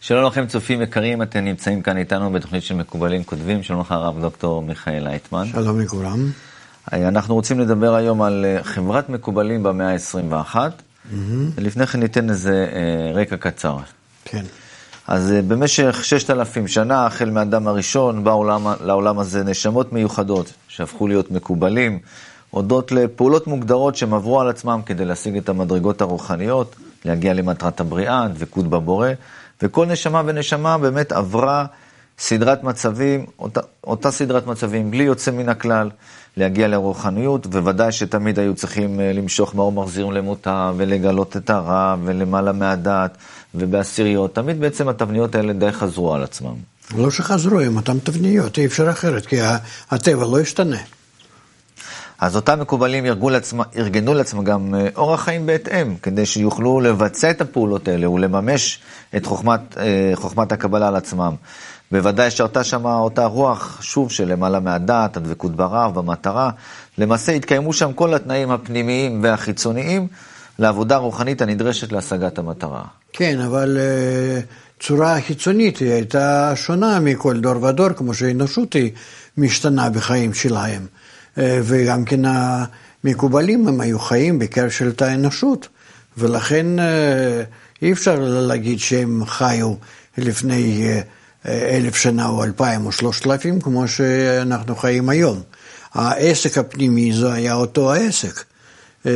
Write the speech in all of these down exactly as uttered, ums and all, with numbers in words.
שלום לכם צופים יקרים, אתם נמצאים כאן איתנו בתוכנית של מקובלים כותבים. שלום לך הרב דוקטור מיכאל לייטמן. שלום לכולם. אנחנו רוצים לדבר היום על חברת מקובלים במאה ה-עשרים ואחת. Mm-hmm. ולפני כן ניתן איזה רקע קצר. כן. אז במשך ששת אלפים שנה, החל מהאדם הראשון, באו לעולם הזה נשמות מיוחדות שהפכו להיות מקובלים, הודות לפעולות מוגדרות שהם עברו על עצמם כדי להשיג את המדרגות הרוחניות, להגיע למטרת הבריאה, דבקות בבורא, וכל נשמה ונשמה באמת עברה סדרת מצבים, אותה, אותה סדרת מצבים, בלי יוצא מן הכלל, להגיע לרוחניות, וודאי שתמיד היו צריכים למשוך מאור מחזירים למותה, ולגלות את הרע, ולמעלה מהדעת, ובעשיריות. תמיד בעצם התבניות האלה די חזרו על עצמם. לא שחזרו, הם אותם תבניות, אי אפשר אחרת, כי הטבע לא ישתנה. אז אותם מקובלים ארגנו לעצמם, ארגנו לעצמם גם אורח חיים בהתאם, כדי שיוכלו לבצע את הפעולות האלה, ולממש את חוכמת, חוכמת הקבלה על עצמם. בוודאי שרתה שם אותה רוח, שוב, שלמעלה מהדעת, הדבקות ברב, במטרה. למעשה התקיימו שם כל התנאים הפנימיים והחיצוניים, לעבודה רוחנית הנדרשת להשגת המטרה. כן, אבל uh, צורה חיצונית היא הייתה שונה מכל דור ודור, כמו שהאנושות היא משתנה בחיים שלהם. Uh, וגם כן המקובלים הם היו חיים בקרב של את האנושות, ולכן uh, אי אפשר להגיד שהם חיו לפני uh, אלף שנה או אלפיים או שלושת אלפים, כמו שאנחנו חיים היום. העסק הפנימי זה היה אותו העסק. Uh,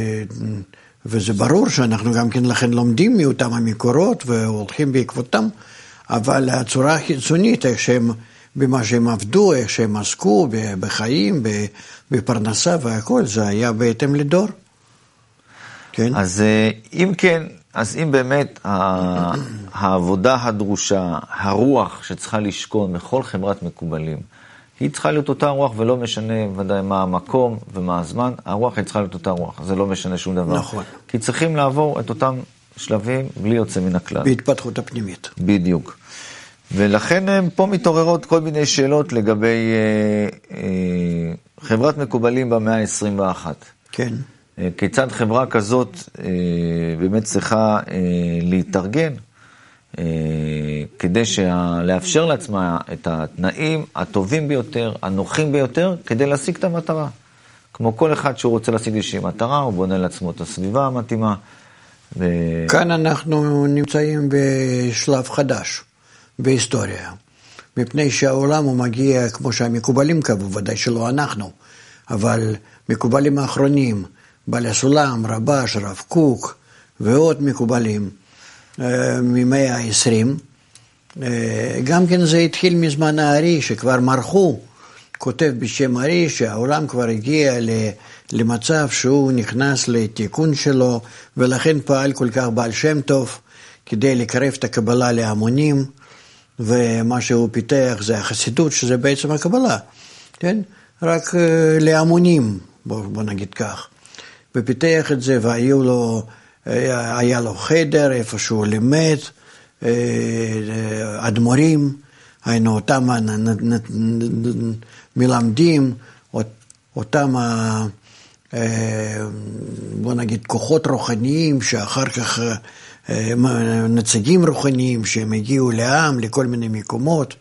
וזה ברור שאנחנו גם כן לכן לומדים מאותם המקורות והולכים בעקבותם, אבל הצורה החיצונית, איך שהם, במה שהם עבדו, איך שהם עסקו בחיים, בפרנסה והכל, זה היה בהתאם לדור. כן? אז אם כן, אז אם באמת העבודה הדרושה, הרוח שצריכה לשכון בכל חברת מקובלים, היא צריכה להיות אותה רוח, ולא משנה ודאי מה המקום ומה הזמן, הרוח היא צריכה להיות אותה רוח, זה לא משנה שום דבר. נכון. כי צריכים לעבור את אותם שלבים בלי יוצא מן הכלל. בהתפתחות הפנימית. בדיוק. ולכן פה מתעוררות כל מיני שאלות לגבי אה, אה, חברת מקובלים במאה ה-עשרים ואחת. כן. אה, כיצד חברה כזאת אה, באמת צריכה אה, להתארגן, כדי לאפשר לעצמה את התנאים הטובים ביותר, הנוחים ביותר, כדי להשיג את המטרה. כמו כל אחד שהוא רוצה להשיג איזושהי מטרה, הוא בונה לעצמו את הסביבה המתאימה. ו... כאן אנחנו נמצאים בשלב חדש בהיסטוריה, מפני שהעולם הוא מגיע, כמו שהמקובלים קבעו, ודאי שלא אנחנו, אבל מקובלים האחרונים, בעל הסולם, רבש, רב קוק ועוד מקובלים, ממאה העשרים, גם כן זה התחיל מזמן הארי, שכבר מרחו, כותב בשם הארי, שהעולם כבר הגיע למצב שהוא נכנס לתיקון שלו, ולכן פעל כל כך בעל שם טוב, כדי לקרב את הקבלה להמונים, ומה שהוא פיתח זה החסידות, שזה בעצם הקבלה, כן? רק להמונים, בוא, בוא נגיד כך. ופיתח את זה, והיו לו היה לו חדר, איפה שהוא לימד, אדמו"רים, היינו אותם מלמדים, אותם, בוא נגיד, כוחות רוחניים, שאחר כך נציגים רוחניים, שהם הגיעו לעם, לכל מיני מקומות,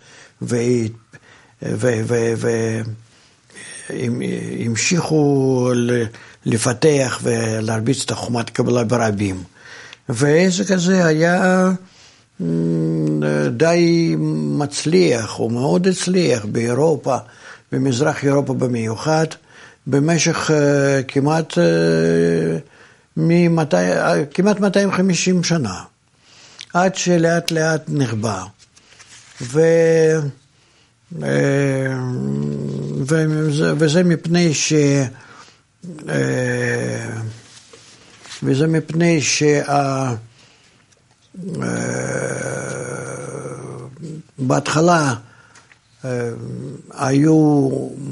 והמשיכו לפתח ולהרביץ את החומת קבלה ברבים. והעסק הזה היה די מצליח, או מאוד הצליח באירופה, במזרח אירופה במיוחד, במשך כמעט, כמעט מאתיים וחמישים שנה, עד שלאט לאט נחבא. ו... וזה, וזה מפני ש... וזה מפני שבהתחלה היו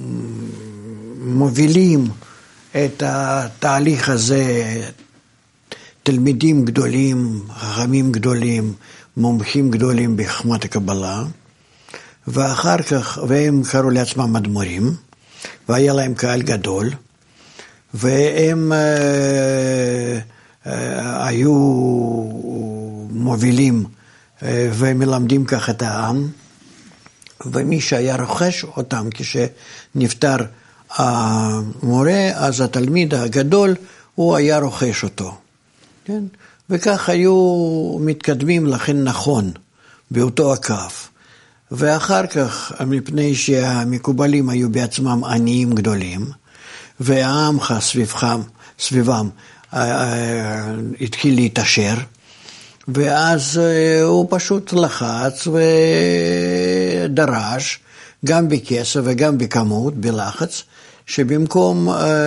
מובילים את התהליך הזה תלמידים גדולים, חכמים גדולים, מומחים גדולים בחוכמת הקבלה, ואחר כך, והם קראו לעצמם אדמו"רים, והיה להם קהל גדול, והם אה, אה, היו מובילים ומלמדים כך את העם, ומי שהיה רוכש אותם כשנפטר המורה, אז התלמיד הגדול הוא היה רוכש אותו. כן? וכך היו מתקדמים לכן נכון באותו הקו. ואחר כך, מפני שהמקובלים היו בעצמם עניים גדולים, והעמך סביבם, סביבם התחיל להתעשר, ואז הוא פשוט לחץ ודרש, גם בכסף וגם בכמות, בלחץ, שבמקום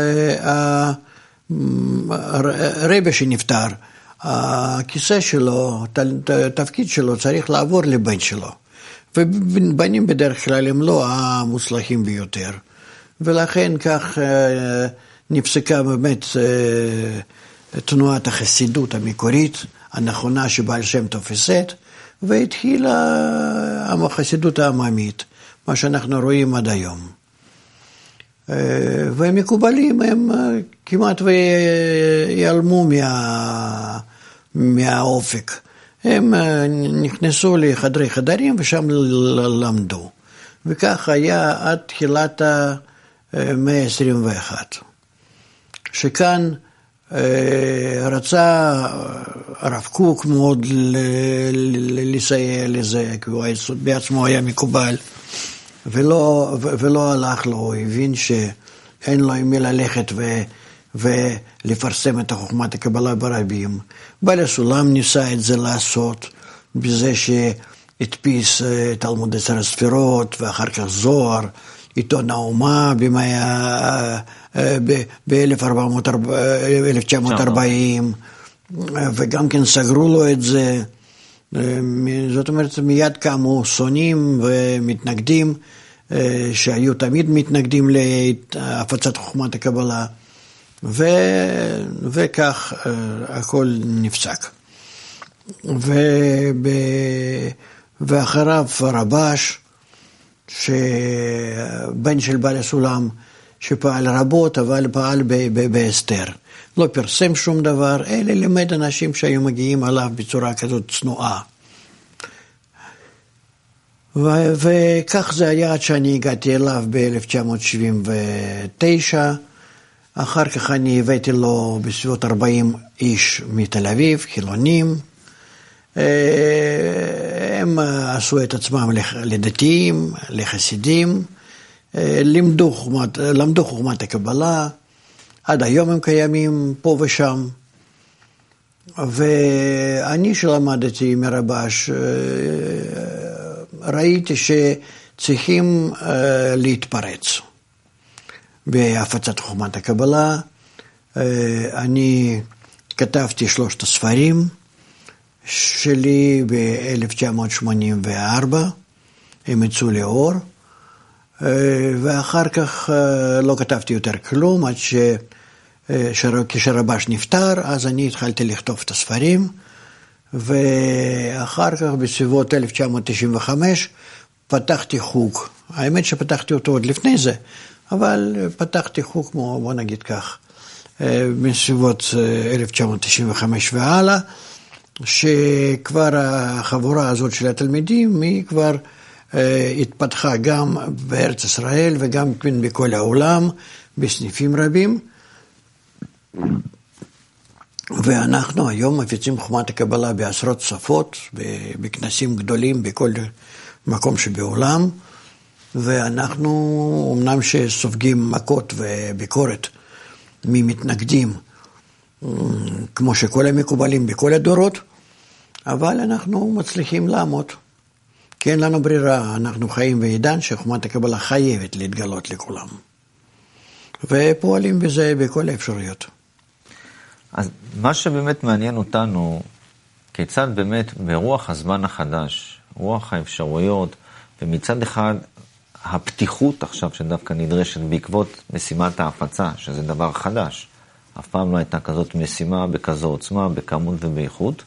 הרבי שנפטר, הכיסא שלו, התפקיד שלו צריך לעבור לבן שלו. ובנים בדרך כלל הם לא המוצלחים ביותר. ולכן כך נפסקה באמת תנועת החסידות המקורית, הנכונה שבעל שם טוב ייסד, והתחילה החסידות העממית, מה שאנחנו רואים עד היום. והמקובלים הם כמעט ויעלמו מה, מהאופק. הם נכנסו לחדרי חדרים ושם למדו. וכך היה עד תחילת המאה ה-עשרים ואחת. שכאן רצה הרב קוק מאוד לסייע לזה, כי הוא בעצמו היה מקובל, ולא, ולא הלך לו, הוא הבין שאין לו עם מי ללכת ו, ולפרסם את חוכמת הקבלה ברבים. בעל הסולם ניסה את זה לעשות, בזה שהדפיס תלמוד עשר הספירות, ואחר כך זוהר, עיתון האומה ב-אלף תשע מאות ארבעים, וגם כן סגרו לו את זה. זאת אומרת, מיד קמו שונאים ומתנגדים, שהיו תמיד מתנגדים להפצת חוכמת הקבלה, ו... וכך הכל נפסק. וב... ואחריו רבש, שבן של בעל הסולם, שפעל רבות, אבל פעל בהסתר. לא פרסם שום דבר, אלה לימד אנשים שהיו מגיעים עליו בצורה כזאת צנועה. ו- וכך זה היה עד שאני הגעתי אליו ב-אלף תשע מאות שבעים ותשע, אחר כך אני הבאתי לו בסביבות ארבעים איש מתל אביב, חילונים, הם עשו את עצמם לדתיים, לחסידים, למדו חוכמת, למדו חוכמת הקבלה, עד היום הם קיימים פה ושם, ואני שלמדתי מרבש, ראיתי שצריכים להתפרץ בהפצת חוכמת הקבלה. אני כתבתי שלושת הספרים שלי ב-אלף תשע מאות שמונים וארבע, הם יצאו לאור, ואחר כך לא כתבתי יותר כלום, עד ש... כשרבש נפטר, אז אני התחלתי לכתוב את הספרים, ואחר כך בסביבות אלף תשע מאות תשעים וחמש פתחתי חוג. האמת שפתחתי אותו עוד לפני זה, אבל פתחתי חוג, בוא נגיד כך, בסביבות אלף תשע מאות תשעים וחמש והלאה, שכבר החבורה הזאת של התלמידים היא כבר התפתחה גם בארץ ישראל וגם בכל העולם, בסניפים רבים. ואנחנו היום מפיצים חוכמת הקבלה בעשרות שפות, בכנסים גדולים בכל מקום שבעולם, ואנחנו אמנם שסופגים מכות וביקורת ממתנגדים, כמו שכל המקובלים בכל הדורות, אבל אנחנו מצליחים לעמוד. כי אין לנו ברירה, אנחנו חיים בעידן שחוכמת הקבלה חייבת להתגלות לכולם. ופועלים בזה בכל האפשרויות. אז מה שבאמת מעניין אותנו, כיצד באמת ברוח הזמן החדש, רוח האפשרויות, ומצד אחד הפתיחות עכשיו שדווקא נדרשת בעקבות משימת ההפצה, שזה דבר חדש. אף פעם לא הייתה כזאת משימה בכזו עוצמה, בכמות ובאיכות.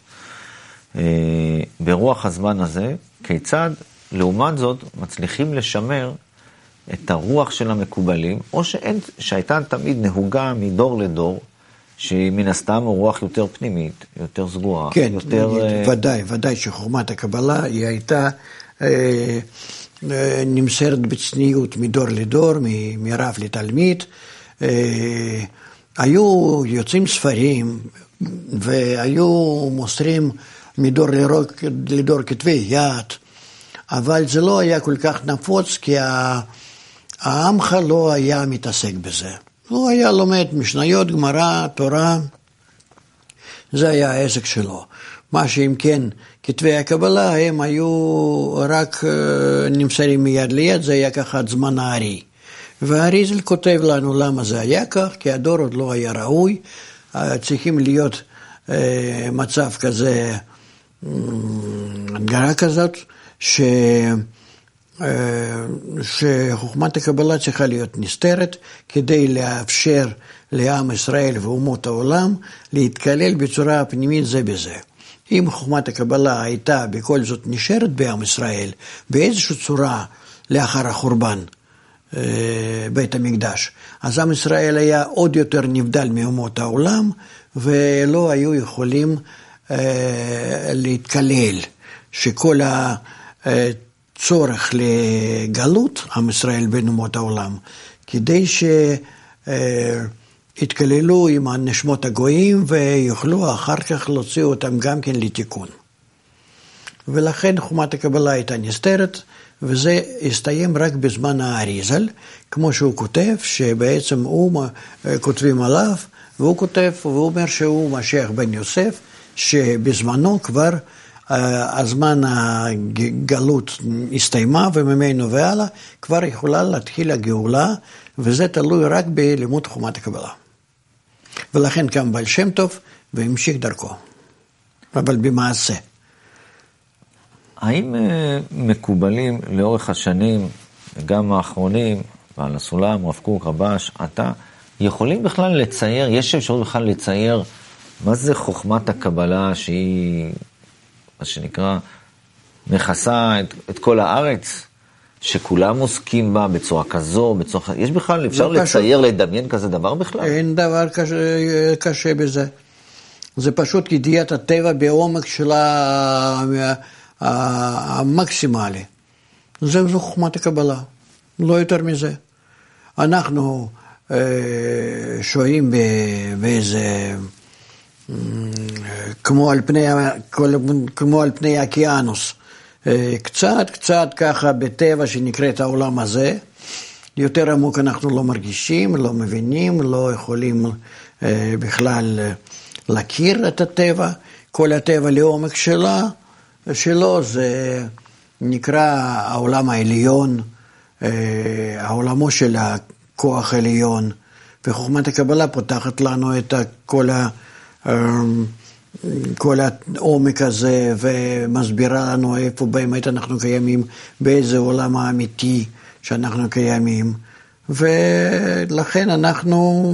ברוח הזמן הזה, כיצד לעומת זאת מצליחים לשמר את הרוח של המקובלים, או שאין, שהייתה תמיד נהוגה מדור לדור, שהיא מן הסתם רוח יותר פנימית, יותר סגורה. כן, יותר... ודאי, ודאי שחוכמת הקבלה היא הייתה אה, אה, נמסרת בצניעות מדור לדור, מ- מרב לתלמיד. אה, היו יוצאים ספרים והיו מוסרים מדור לדור, לדור כתבי יד, אבל זה לא היה כל כך נפוץ, כי העמך לא היה מתעסק בזה. הוא היה לומד משניות, גמרא, תורה, זה היה העסק שלו. מה שאם כן, כתבי הקבלה הם היו רק נמסרים מיד ליד, זה היה ככה עד זמן הארי. והאריזל כותב לנו למה זה היה כך, כי הדור עוד לא היה ראוי, צריכים להיות מצב כזה, הדגרה כזאת, ש... שחוכמת הקבלה צריכה להיות נסתרת, כדי לאפשר לעם ישראל ואומות העולם להתקלל בצורה פנימית זה בזה. אם חוכמת הקבלה הייתה בכל זאת נשארת בעם ישראל, באיזושהי צורה לאחר החורבן בית המקדש, אז עם ישראל היה עוד יותר נבדל מאומות העולם, ולא היו יכולים להתקלל, שכל הצורך לגלות עם ישראל בין אומות העולם, כדי שיתקללו עם הנשמות הגויים ויוכלו אחר כך להוציא אותם גם כן לתיקון. ולכן חוכמת הקבלה הייתה נסתרת, וזה הסתיים רק בזמן האריזל, כמו שהוא כותב, שבעצם הוא כותבים עליו, והוא כותב, והוא אומר שהוא משיח בן יוסף, שבזמנו כבר הזמן הגלות הסתיימה, וממנו והלאה כבר יכולה להתחיל הגאולה, וזה תלוי רק בלימוד חוכמת הקבלה. ולכן קם בעל שם טוב והמשיך דרכו, אבל במעשה. האם מקובלים לאורך השנים, גם האחרונים, בעל הסולם, רב קוק, רבש, אתה, יכולים בכלל לצייר, יש אפשרות בכלל לצייר, מה זה חוכמת הקבלה שהיא, מה שנקרא, מכסה את, את כל הארץ, שכולם עוסקים בה בצורה כזו, בצורה, יש בכלל, אפשר לצייר, פשוט, לדמיין כזה דבר בכלל? אין דבר קשה, קשה בזה. זה פשוט ידיעת הטבע בעומק שלה, המקסימלי. זו חוכמת הקבלה, לא יותר מזה. אנחנו אה, שוהים באיזה, כמו על פני, כמו על פני האוקיינוס, אה, קצת קצת ככה בטבע שנקראת העולם הזה, יותר עמוק אנחנו לא מרגישים, לא מבינים, לא יכולים אה, בכלל להכיר את הטבע, כל הטבע לעומק שלה, שלו זה נקרא העולם העליון, העולמו של הכוח העליון, וחוכמת הקבלה פותחת לנו את כל, ה, כל העומק הזה, ומסבירה לנו איפה באמת אנחנו קיימים, באיזה עולם האמיתי שאנחנו קיימים, ולכן אנחנו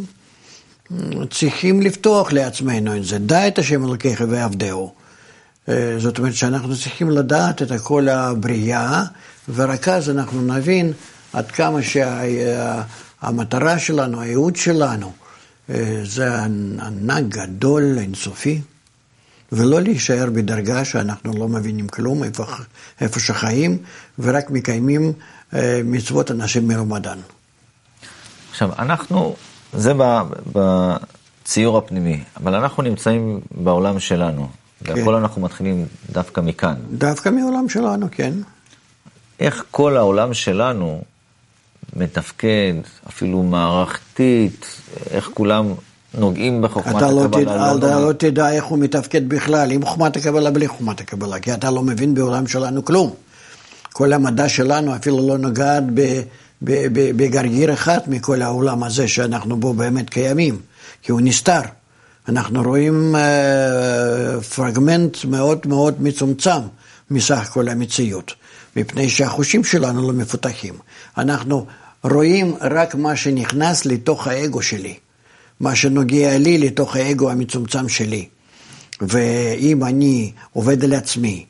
צריכים לפתוח לעצמנו את זה, דע את השם אלוקיך ועבדהו. זאת אומרת שאנחנו צריכים לדעת את כל הבריאה, ורק אז אנחנו נבין עד כמה שהמטרה שלנו, הייעוד שלנו, זה ענק גדול, אינסופי, ולא להישאר בדרגה שאנחנו לא מבינים כלום, איפה, איפה שחיים, ורק מקיימים מצוות אנשים מרומדן. עכשיו, אנחנו, זה בציור הפנימי, אבל אנחנו נמצאים בעולם שלנו. והכל אנחנו מתחילים דווקא מכאן. דווקא מעולם שלנו, כן. איך כל העולם שלנו מתפקד, אפילו מערכתית, איך כולם נוגעים בחוכמת הקבלה. אתה לא תדע איך הוא מתפקד בכלל, עם חוכמת הקבלה, בלי חוכמת הקבלה, כי אתה לא מבין בעולם שלנו כלום. כל המדע שלנו אפילו לא נוגעת בגרגיר אחד מכל העולם הזה שאנחנו בו באמת קיימים, כי הוא נסתר. אנחנו רואים uh, פרגמנט מאוד מאוד מצומצם מסך כל המציאות, מפני שהחושים שלנו לא מפותחים. אנחנו רואים רק מה שנכנס לתוך האגו שלי, מה שנוגע לי לתוך האגו המצומצם שלי. ואם אני עובד על עצמי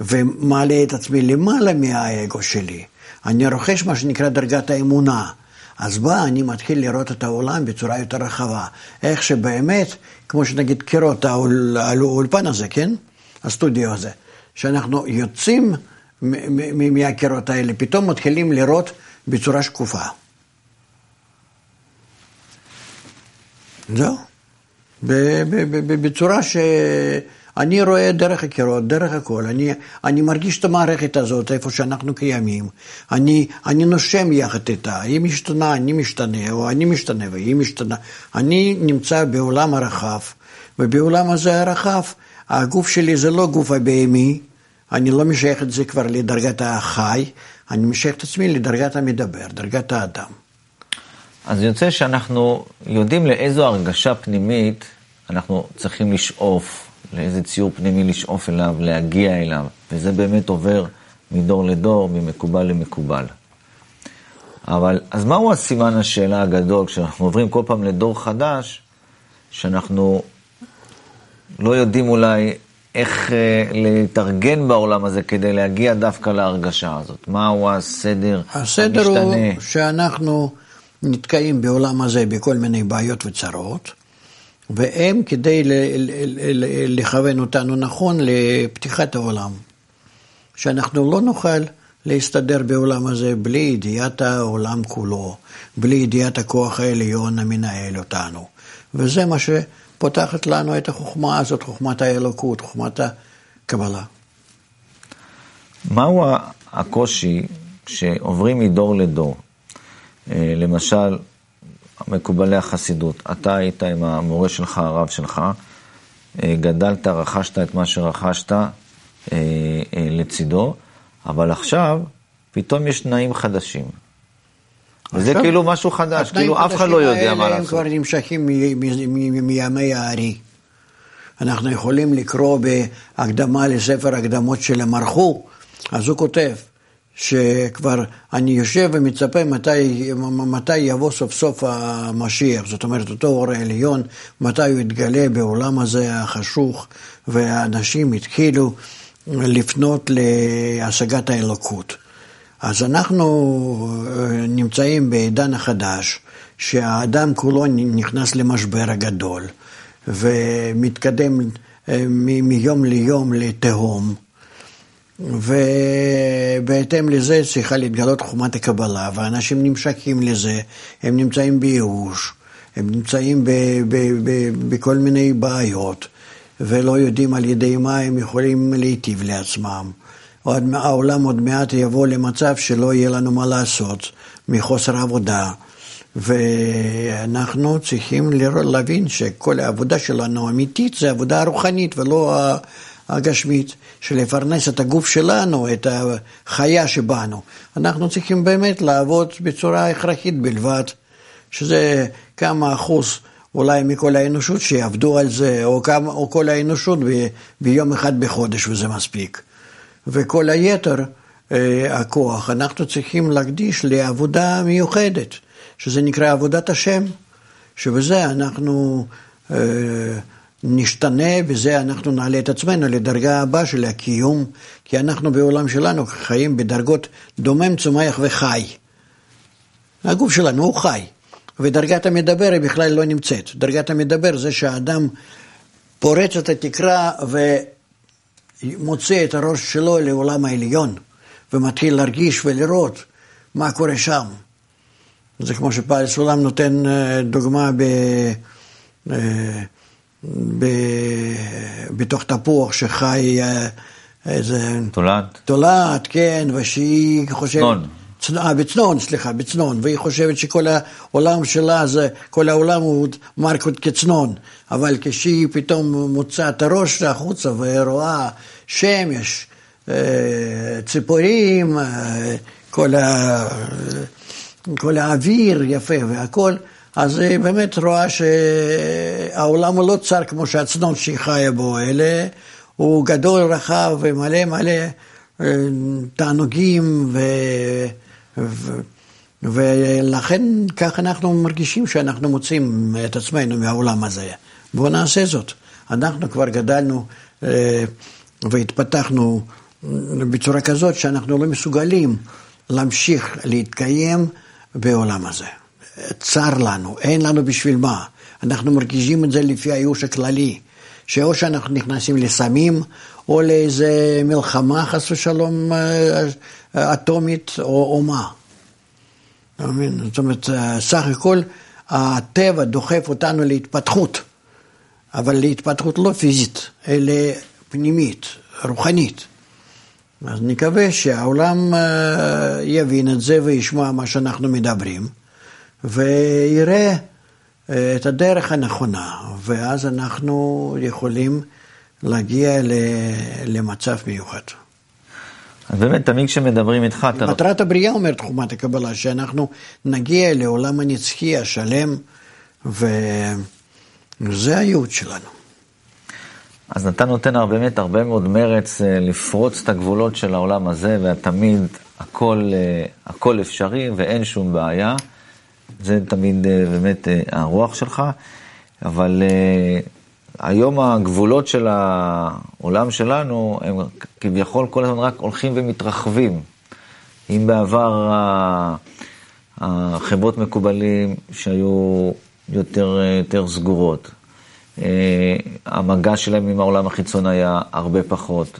ומעלה את עצמי למעלה מהאגו שלי, אני רוכש מה שנקרא דרגת האמונה. אז בה אני מתחיל לראות את העולם בצורה יותר רחבה. איך שבאמת, כמו שנגיד קירות האולפן הזה, כן? הסטודיו הזה, שאנחנו יוצאים מהקירות האלה, פתאום מתחילים לראות בצורה שקופה. זהו. בצורה שאני רואה דרך הקירות, דרך הכל. אני, אני מרגיש את המערכת הזאת, איפה שאנחנו קיימים. אני, אני נושם יחד איתה. היא משתנה, אני משתנה, או אני משתנה והיא משתנה. אני נמצא בעולם הרחב, ובעולם הזה הרחב, הגוף שלי זה לא גוף הבהמי, אני לא משייך את זה כבר לדרגת החי, אני משייך את עצמי לדרגת המדבר, דרגת האדם. אז יוצא שאנחנו יודעים לאיזו הרגשה פנימית אנחנו צריכים לשאוף, לאיזה ציור פנימי לשאוף אליו, להגיע אליו, וזה באמת עובר מדור לדור, ממקובל למקובל. אבל, אז מהו הסימן השאלה הגדול, כשאנחנו עוברים כל פעם לדור חדש, שאנחנו לא יודעים אולי איך להתארגן בעולם הזה כדי להגיע דווקא להרגשה הזאת? מהו הסדר הסדר המשתנה? הוא שאנחנו נתקעים בעולם הזה בכל מיני בעיות וצרות, והם כדי לכוון אותנו נכון לפתיחת העולם. שאנחנו לא נוכל להסתדר בעולם הזה בלי ידיעת העולם כולו, בלי ידיעת הכוח העליון המנהל אותנו. וזה מה שפותחת לנו את החוכמה הזאת, חוכמת האלוקות, חוכמת הקבלה. מהו הקושי שעוברים מדור לדור? למשל, מקובלי החסידות, אתה היית עם המורה שלך, הרב שלך, גדלת, רכשת את מה שרכשת לצידו, אבל עכשיו פתאום יש תנאים חדשים. וזה כאילו משהו חדש, כאילו אף אחד לא יודע מה לעשות. הם כבר נמשכים מימי הארי. אנחנו יכולים לקרוא בהקדמה לספר הקדמות של המרחו, אז הוא כותב, שכבר אני יושב ומצפה מתי, מתי יבוא סוף סוף המשיח, זאת אומרת אותו אור העליון, מתי הוא יתגלה בעולם הזה החשוך, והאנשים התחילו לפנות להשגת האלוקות. אז אנחנו נמצאים בעידן החדש, שהאדם כולו נכנס למשבר הגדול, ומתקדם מיום ליום לתהום, ובהתאם לזה צריכה להתגלות חוכמת הקבלה, ואנשים נמשכים לזה, הם נמצאים בייאוש, הם נמצאים ב- ב- ב- בכל מיני בעיות, ולא יודעים על ידי מה הם יכולים להיטיב לעצמם. עוד, העולם עוד מעט יבוא למצב שלא יהיה לנו מה לעשות מחוסר עבודה, ואנחנו צריכים להבין שכל העבודה שלנו אמיתית זה עבודה רוחנית ולא הגשמית, שלפרנס את הגוף שלנו, את החיה שבנו. אנחנו צריכים באמת לעבוד בצורה הכרחית בלבד, שזה כמה אחוז אולי מכל האנושות שיעבדו על זה, או, כמה, או כל האנושות ב, ביום אחד בחודש, וזה מספיק. וכל היתר, אה, הכוח, אנחנו צריכים להקדיש לעבודה מיוחדת, שזה נקרא עבודת השם, שבזה אנחנו אה, נשתנה, בזה אנחנו נעלה את עצמנו לדרגה הבאה של הקיום, כי אנחנו בעולם שלנו חיים בדרגות דומם, צומח וחי. הגוף שלנו הוא חי, ודרגת המדבר היא בכלל לא נמצאת. דרגת המדבר זה שהאדם פורץ את התקרה ומוצא את הראש שלו לעולם העליון, ומתחיל להרגיש ולראות מה קורה שם. זה כמו שפעל סולם נותן דוגמה ב... ב... בתוך תפוח שחי איזה... תולעת. תולעת, כן, ושהיא חושבת... צנון. אה, בצנון, סליחה, בצנון, והיא חושבת שכל העולם שלה, זה, כל העולם הוא מרקות כצנון, אבל כשהיא פתאום מוצאה את הראש החוצה ורואה שמש, ציפורים, כל, ה, כל האוויר יפה והכל, אז היא באמת רואה שהעולם הוא לא צר כמו שהצנון שהיא חיה בו, אלא הוא גדול, רחב ומלא מלא תענוגים ו... ו... ולכן כך אנחנו מרגישים שאנחנו מוצאים את עצמנו מהעולם הזה. בואו נעשה זאת. אנחנו כבר גדלנו והתפתחנו בצורה כזאת שאנחנו לא מסוגלים להמשיך להתקיים בעולם הזה. צר לנו, אין לנו בשביל מה. אנחנו מרגישים את זה לפי הייאוש הכללי, שאו שאנחנו נכנסים לסמים, או לאיזה מלחמה חס ושלום אטומית, או, או מה. זאת אומרת, סך הכל הטבע דוחף אותנו להתפתחות, אבל להתפתחות לא פיזית, אלא פנימית, רוחנית. אז נקווה שהעולם יבין את זה וישמע מה שאנחנו מדברים, ויראה את הדרך הנכונה, ואז אנחנו יכולים להגיע למצב מיוחד. אז באמת, תמיד כשמדברים איתך, אתה... מטרת הבריאה אומרת חומת הקבלה, שאנחנו נגיע לעולם הנצחי השלם, וזה הייעוד שלנו. אז אתה נותן באמת הרבה מאוד מרץ לפרוץ את הגבולות של העולם הזה, ותמיד הכל, הכל אפשרי ואין שום בעיה. זה תמיד באמת הרוח שלך, אבל היום הגבולות של העולם שלנו, הם כביכול כל הזמן רק הולכים ומתרחבים. אם בעבר החברות מקובלים שהיו יותר, יותר סגורות, המגע שלהם עם העולם החיצון היה הרבה פחות.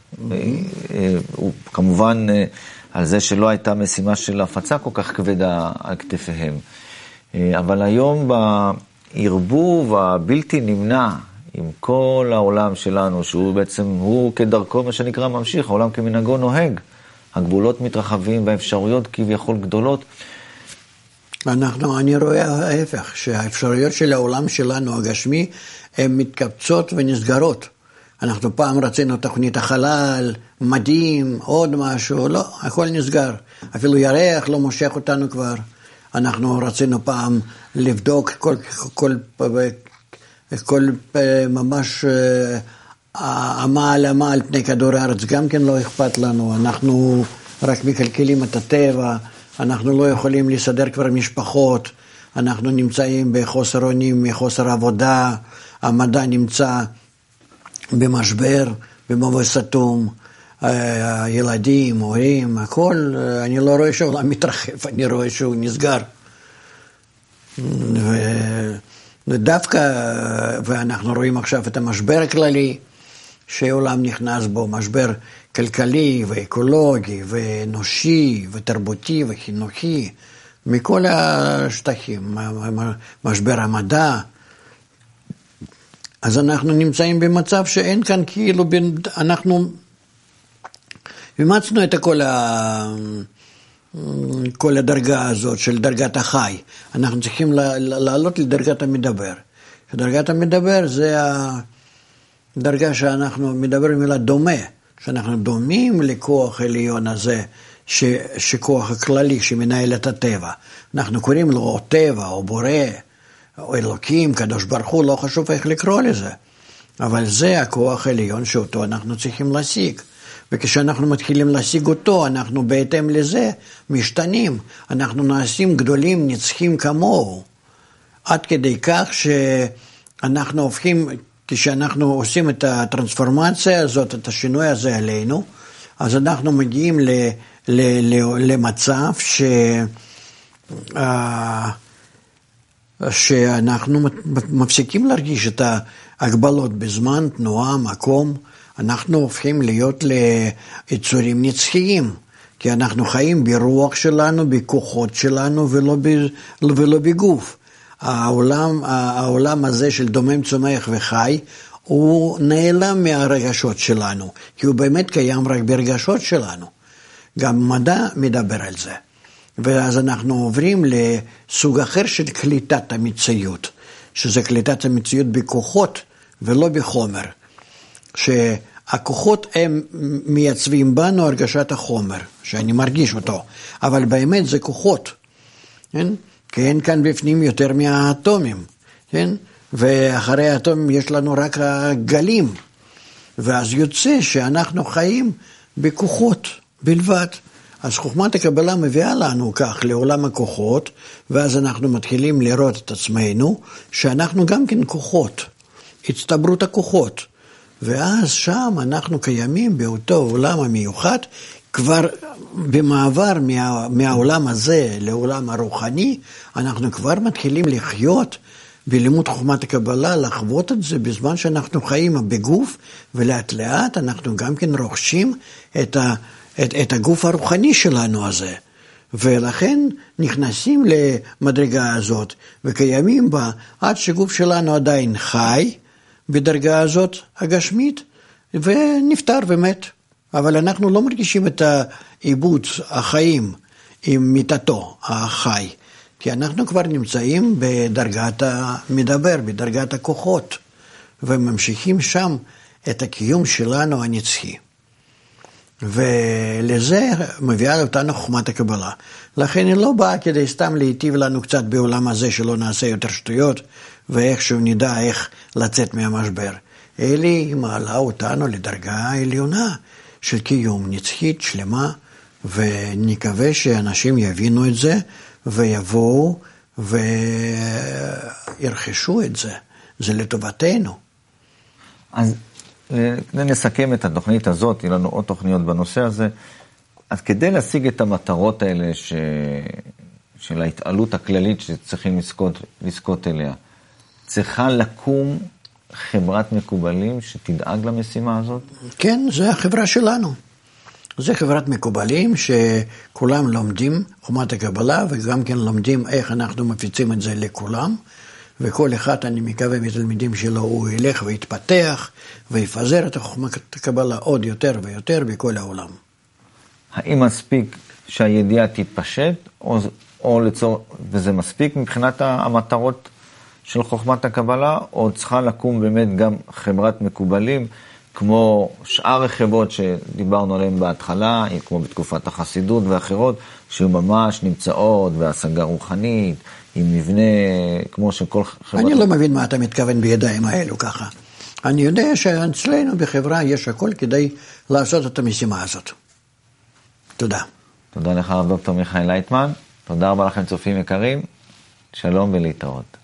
כמובן על זה שלא הייתה משימה של הפצה כל כך כבדה על כתפיהם. אבל היום בערבוב הבלתי נמנע עם כל העולם שלנו, שהוא בעצם, הוא כדרכו מה שנקרא ממשיך, העולם כמנהגו נוהג, הגבולות מתרחבים והאפשרויות כביכול גדולות. אנחנו, אני רואה ההפך, שהאפשרויות של העולם שלנו הגשמי, הן מתקבצות ונסגרות. אנחנו פעם רצינו תוכנית החלל, מדהים, עוד משהו, לא, הכל נסגר. אפילו ירח לא מושך אותנו כבר. אנחנו רצינו פעם לבדוק כל, כל, כל, כל ממש המעל המעל פני כדור הארץ, גם כן לא אכפת לנו. אנחנו רק מקלקלים את הטבע, אנחנו לא יכולים לסדר כבר משפחות, אנחנו נמצאים בחוסר אונים, מחוסר עבודה, המדע נמצא במשבר, במבוי סתום, ילדים, הורים, הכל, אני לא רואה שהעולם מתרחב, אני רואה שהוא נסגר. ודווקא, ואנחנו רואים עכשיו את המשבר הכללי, שהעולם נכנס בו, משבר כלכלי ואקולוגי ואנושי ותרבותי וחינוכי, מכל השטחים, משבר המדע. אז אנחנו נמצאים במצב שאין כאן כאילו, אנחנו אימצנו את כל, ה... כל הדרגה הזאת של דרגת החי. אנחנו צריכים לעלות לדרגת המדבר. דרגת המדבר זה הדרגה שאנחנו מדברים מילה דומה, שאנחנו דומים לכוח עליון הזה, ש... שכוח הכללי שמנהל את הטבע. אנחנו קוראים לו או טבע או בורא, או אלוקים, קדוש ברוך הוא, לא חשוב איך לקרוא לזה. אבל זה הכוח העליון שאותו אנחנו צריכים להשיג. וכשאנחנו מתחילים להשיג אותו, אנחנו בהתאם לזה משתנים. אנחנו נעשים גדולים, נצחים כמוהו. עד כדי כך שאנחנו הופכים, כשאנחנו עושים את הטרנספורמציה הזאת, את השינוי הזה עלינו, אז אנחנו מגיעים ל, ל, ל, למצב ש... שאנחנו מפסיקים להרגיש את ההגבלות בזמן, תנועה, מקום, אנחנו הופכים להיות ליצורים נצחיים, כי אנחנו חיים ברוח שלנו, בכוחות שלנו, ולא, ב, ולא בגוף. העולם, העולם הזה של דומם, צומח וחי, הוא נעלם מהרגשות שלנו, כי הוא באמת קיים רק ברגשות שלנו. גם מדע מדבר על זה. ואז אנחנו עוברים לסוג אחר של קליטת המציאות, שזה קליטת המציאות בכוחות ולא בחומר. שהכוחות הם מייצבים בנו הרגשת החומר, שאני מרגיש אותו, אבל באמת זה כוחות, כן? כי אין כאן בפנים יותר מהאטומים, כן? ואחרי האטומים יש לנו רק הגלים, ואז יוצא שאנחנו חיים בכוחות בלבד. אז חוכמת הקבלה מביאה לנו כך לעולם הכוחות, ואז אנחנו מתחילים לראות את עצמנו, שאנחנו גם כן כוחות, הצטברות הכוחות. ואז שם אנחנו קיימים באותו עולם המיוחד, כבר במעבר מה, מהעולם הזה לעולם הרוחני, אנחנו כבר מתחילים לחיות בלימוד חוכמת הקבלה, לחוות את זה בזמן שאנחנו חיים בגוף, ולאט לאט אנחנו גם כן רוכשים את, ה, את, את הגוף הרוחני שלנו הזה. ולכן נכנסים למדרגה הזאת וקיימים בה עד שגוף שלנו עדיין חי בדרגה הזאת הגשמית ונפטר ומת. אבל אנחנו לא מרגישים את העיבוד החיים עם מיטתו החי, כי אנחנו כבר נמצאים בדרגת המדבר, בדרגת הכוחות, וממשיכים שם את הקיום שלנו הנצחי. ולזה מביאה אותנו חוכמת הקבלה. לכן היא לא באה כדי סתם להיטיב לנו קצת בעולם הזה שלא נעשה יותר שטויות, ואיכשהו נדע איך לצאת מהמשבר. אלא היא מעלה אותנו לדרגה העליונה של קיום נצחית שלמה, ונקווה שאנשים יבינו את זה, ויבואו וירכשו את זה. זה לטובתנו. אז נסכם את התוכנית הזאת, יהיו לנו עוד תוכניות בנושא הזה. אז כדי להשיג את המטרות האלה ש... של ההתעלות הכללית שצריכים לזכות, לזכות אליה, צריכה לקום חברת מקובלים שתדאג למשימה הזאת? כן, זה החברה שלנו. זה חברת מקובלים שכולם לומדים חוכמת הקבלה, וגם כן לומדים איך אנחנו מפיצים את זה לכולם, וכל אחד, אני מקווה מתלמידים שלו, הוא ילך ויתפתח ויפזר את חוכמת הקבלה עוד יותר ויותר בכל העולם. האם מספיק שהידיעה תתפשט, או, או לצור... וזה מספיק מבחינת המטרות של חוכמת הקבלה, או צריכה לקום באמת גם חברת מקובלים, כמו שאר החברות שדיברנו עליהן בהתחלה, כמו בתקופת החסידות ואחרות, שהיו ממש נמצאות בהשגה רוחנית, עם מבנה כמו שכל חברה... אני לא מבין מה אתה מתכוון בידיים האלו ככה. אני יודע שאצלנו בחברה יש הכל כדי לעשות את המשימה הזאת. תודה. תודה לך, דוקטור מיכאל לייטמן. תודה רבה לכם צופים יקרים. שלום ולהתראות.